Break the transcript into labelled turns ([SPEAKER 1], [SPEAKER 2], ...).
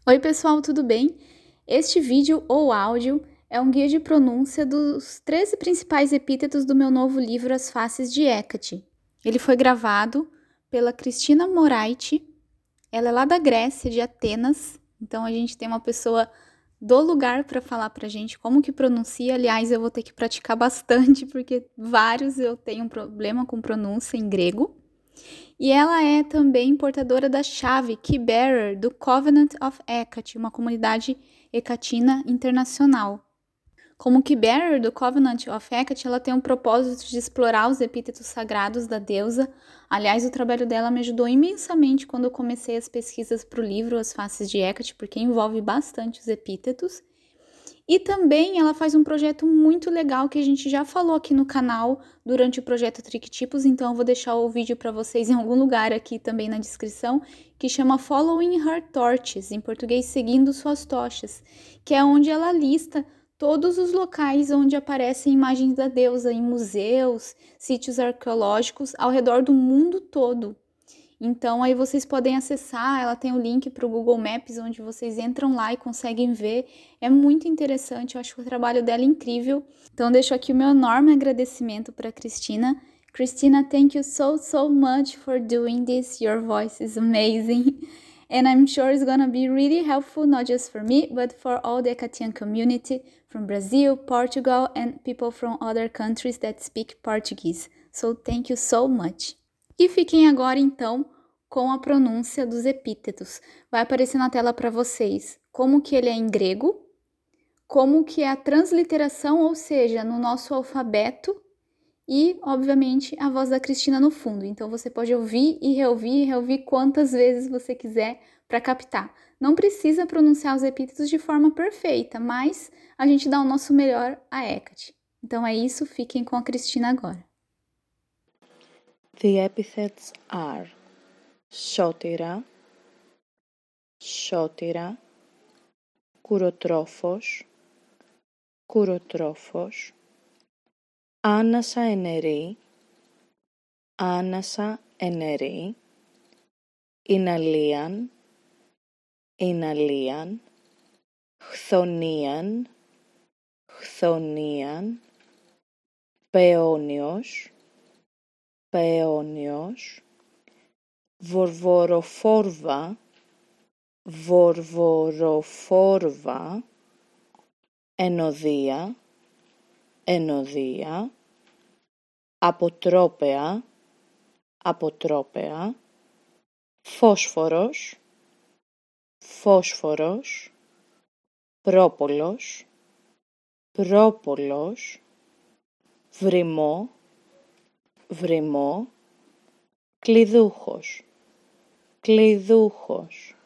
[SPEAKER 1] Oi pessoal, tudo bem? Este vídeo ou áudio é um guia de pronúncia dos 13 principais epítetos do meu novo livro As Faces de Hecate. Ele foi gravado pela Cristina Moraiti, ela é lá da Grécia, de Atenas, então a gente tem uma pessoa do lugar para falar pra gente como que pronuncia. Aliás, eu vou ter que praticar bastante, porque vários eu tenho um problema com pronúncia em grego. E ela é também portadora da chave Key-Bearer do Covenant of Hecate, uma comunidade hecatina internacional. Como Key-Bearer do Covenant of Hecate, ela tem o propósito de explorar os epítetos sagrados da deusa. Aliás, o trabalho dela me ajudou imensamente quando eu comecei as pesquisas para o livro As Faces de Hecate, porque envolve bastante os epítetos. E também ela faz um projeto muito legal que a gente já falou aqui no canal durante o projeto Trictipos, então eu vou deixar o vídeo para vocês em algum lugar aqui também na descrição, que chama Following Her Torches, em português Seguindo Suas Tochas, que é onde ela lista todos os locais onde aparecem imagens da deusa em museus, sítios arqueológicos ao redor do mundo todo. Então, aí vocês podem acessar, ela tem o link para o Google Maps, onde vocês entram lá e conseguem ver. É muito interessante, eu acho o trabalho dela incrível. Então, deixo aqui o meu enorme agradecimento para a Cristina. Cristina, thank you so much for doing this. Your voice is amazing. And I'm sure it's gonna be really helpful, not just for me, but for all the Hecatian community from Brazil, Portugal, and people from other countries that speak Portuguese. So, thank you so much. E fiquem agora, então, com a pronúncia dos epítetos. Vai aparecer na tela para vocês como que ele é em grego, como que é a transliteração, ou seja, no nosso alfabeto, e, obviamente, a voz da Cristina no fundo. Então, você pode ouvir e reouvir quantas vezes você quiser para captar. Não precisa pronunciar os epítetos de forma perfeita, mas a gente dá o nosso melhor a Hecate. Então é isso, fiquem com a Cristina agora.
[SPEAKER 2] The epithets are Sotira, Sotira, Kurotrophos, Kurotrophos, Άνασα ενερή, Άνασα ενερή, Ιναλίαν, Ιναλίαν, Χθονίαν, Χθονίαν, Παιόνιος, Παιόνιος, Βορβοροφόρβα, Βορβοροφόρβα, Ενωδία, Ενωδία, Αποτρόπαια, Αποτρόπαια, Φόσφορος, Φόσφορος, Πρόπολος, Πρόπολος, Βρυμό, Βρυμό, Κλειδούχος, Κλειδούχος.